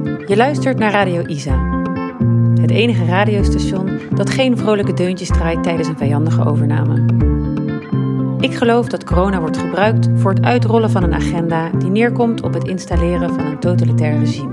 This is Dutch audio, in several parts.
Je luistert naar Radio Isa. Het enige radiostation dat geen vrolijke deuntjes draait tijdens een vijandige overname. Ik geloof dat corona wordt gebruikt voor het uitrollen van een agenda die neerkomt op het installeren van een totalitair regime.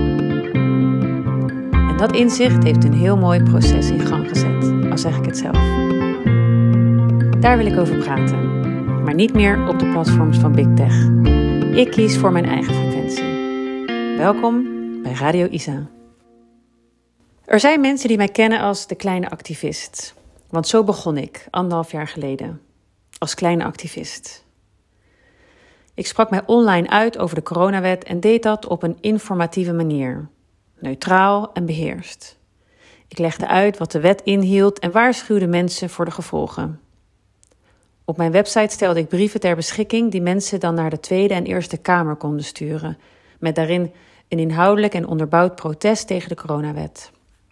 En dat inzicht heeft een heel mooi proces in gang gezet, al zeg ik het zelf. Daar wil ik over praten, maar niet meer op de platforms van Big Tech. Ik kies voor mijn eigen frequentie. Welkom bij Radio Isa. Er zijn mensen die mij kennen als de kleine activist. Want zo begon ik, 1,5 jaar geleden. Als kleine activist. Ik sprak mij online uit over de coronawet en deed dat op een informatieve manier. Neutraal en beheerst. Ik legde uit wat de wet inhield en waarschuwde mensen voor de gevolgen. Op mijn website stelde ik brieven ter beschikking die mensen dan naar de Tweede en Eerste Kamer konden sturen, met daarin een inhoudelijk en onderbouwd protest tegen de coronawet.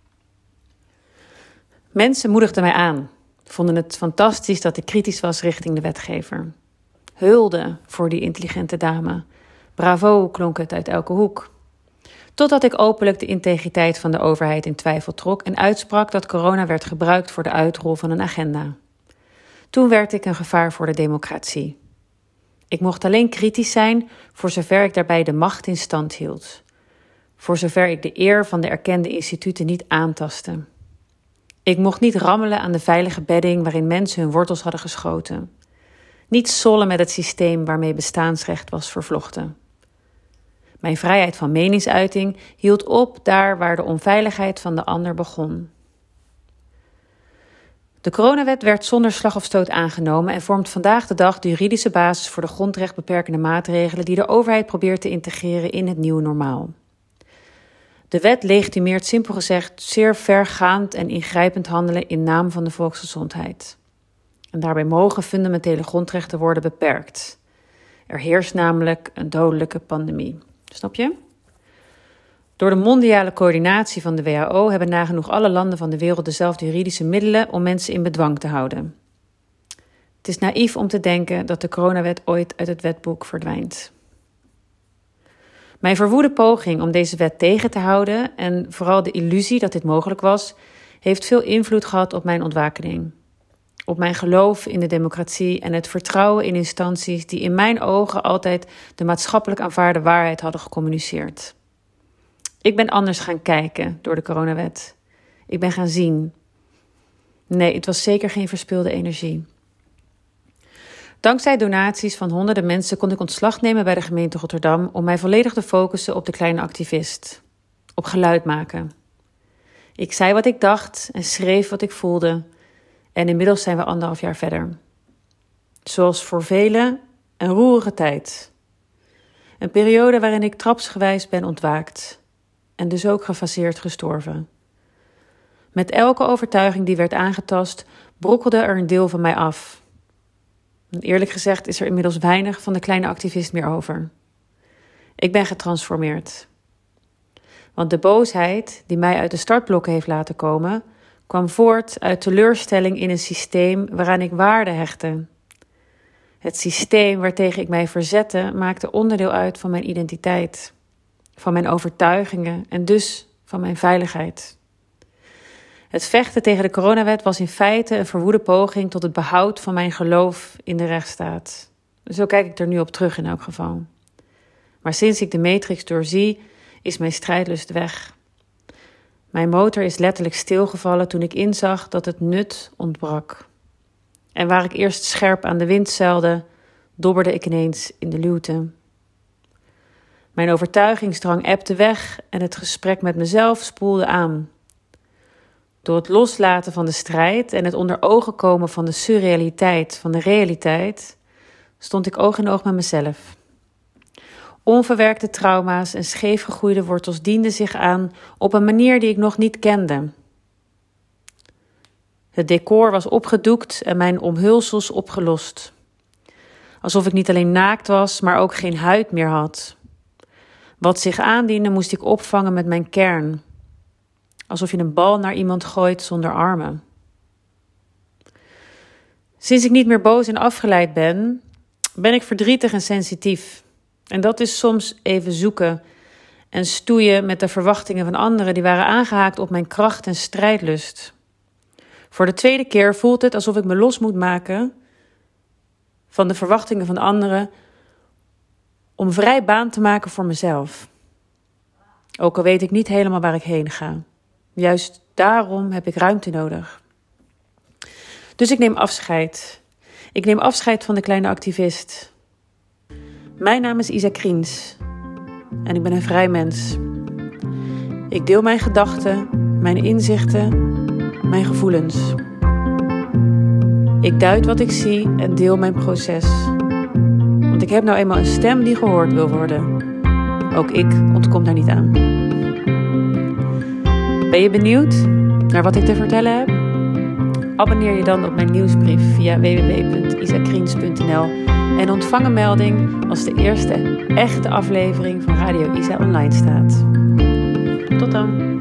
Mensen moedigden mij aan, vonden het fantastisch dat ik kritisch was richting de wetgever. Hulde voor die intelligente dame. Bravo klonk het uit elke hoek. Totdat ik openlijk de integriteit van de overheid in twijfel trok en uitsprak dat corona werd gebruikt voor de uitrol van een agenda. Toen werd ik een gevaar voor de democratie. Ik mocht alleen kritisch zijn voor zover ik daarbij de macht in stand hield. Voor zover ik de eer van de erkende instituten niet aantastte. Ik mocht niet rammelen aan de veilige bedding waarin mensen hun wortels hadden geschoten. Niet sollen met het systeem waarmee bestaansrecht was vervlochten. Mijn vrijheid van meningsuiting hield op daar waar de onveiligheid van de ander begon. De coronawet werd zonder slag of stoot aangenomen en vormt vandaag de dag de juridische basis voor de grondrechtbeperkende maatregelen die de overheid probeert te integreren in het nieuwe normaal. De wet legitimeert simpel gezegd zeer vergaand en ingrijpend handelen in naam van de volksgezondheid. En daarbij mogen fundamentele grondrechten worden beperkt. Er heerst namelijk een dodelijke pandemie. Snap je? Door de mondiale coördinatie van de WHO hebben nagenoeg alle landen van de wereld dezelfde juridische middelen om mensen in bedwang te houden. Het is naïef om te denken dat de coronawet ooit uit het wetboek verdwijnt. Mijn verwoede poging om deze wet tegen te houden en vooral de illusie dat dit mogelijk was, heeft veel invloed gehad op mijn ontwakening. Op mijn geloof in de democratie en het vertrouwen in instanties die in mijn ogen altijd de maatschappelijk aanvaarde waarheid hadden gecommuniceerd. Ik ben anders gaan kijken door de coronawet. Ik ben gaan zien. Nee, het was zeker geen verspilde energie. Dankzij donaties van honderden mensen kon ik ontslag nemen bij de gemeente Rotterdam om mij volledig te focussen op de kleine activist. Op geluid maken. Ik zei wat ik dacht en schreef wat ik voelde. En inmiddels zijn we 1,5 jaar verder. Zoals voor velen een roerige tijd. Een periode waarin ik trapsgewijs ben ontwaakt. En dus ook gefaseerd gestorven. Met elke overtuiging die werd aangetast, brokkelde er een deel van mij af. En eerlijk gezegd is er inmiddels weinig van de kleine activist meer over. Ik ben getransformeerd. Want de boosheid die mij uit de startblokken heeft laten komen, kwam voort uit teleurstelling in een systeem waaraan ik waarde hechtte. Het systeem waartegen ik mij verzette maakte onderdeel uit van mijn identiteit, van mijn overtuigingen en dus van mijn veiligheid. Het vechten tegen de coronawet was in feite een verwoede poging tot het behoud van mijn geloof in de rechtsstaat. Zo kijk ik er nu op terug in elk geval. Maar sinds ik de matrix doorzie, is mijn strijdlust weg. Mijn motor is letterlijk stilgevallen toen ik inzag dat het nut ontbrak. En waar ik eerst scherp aan de wind zeilde, dobberde ik ineens in de luwte. Mijn overtuigingsdrang ebte weg en het gesprek met mezelf spoelde aan. Door het loslaten van de strijd en het onder ogen komen van de surrealiteit van de realiteit, stond ik oog in oog met mezelf. Onverwerkte trauma's en scheefgegroeide wortels dienden zich aan op een manier die ik nog niet kende. Het decor was opgedoekt en mijn omhulsels opgelost. Alsof ik niet alleen naakt was, maar ook geen huid meer had. Wat zich aandiende moest ik opvangen met mijn kern. Alsof je een bal naar iemand gooit zonder armen. Sinds ik niet meer boos en afgeleid ben ik verdrietig en sensitief. En dat is soms even zoeken en stoeien met de verwachtingen van anderen die waren aangehaakt op mijn kracht en strijdlust. Voor de tweede keer voelt het alsof ik me los moet maken van de verwachtingen van anderen om vrij baan te maken voor mezelf. Ook al weet ik niet helemaal waar ik heen ga. Juist daarom heb ik ruimte nodig. Dus ik neem afscheid. Ik neem afscheid van de kleine activist. Mijn naam is Isa Kriens en ik ben een vrij mens. Ik deel mijn gedachten, mijn inzichten, mijn gevoelens. Ik duid wat ik zie en deel mijn proces. Want ik heb nou eenmaal een stem die gehoord wil worden. Ook ik ontkom daar niet aan. Ben je benieuwd naar wat ik te vertellen heb? Abonneer je dan op mijn nieuwsbrief via www.isakriens.nl en ontvang een melding als de eerste echte aflevering van Radio Isa online staat. Tot dan!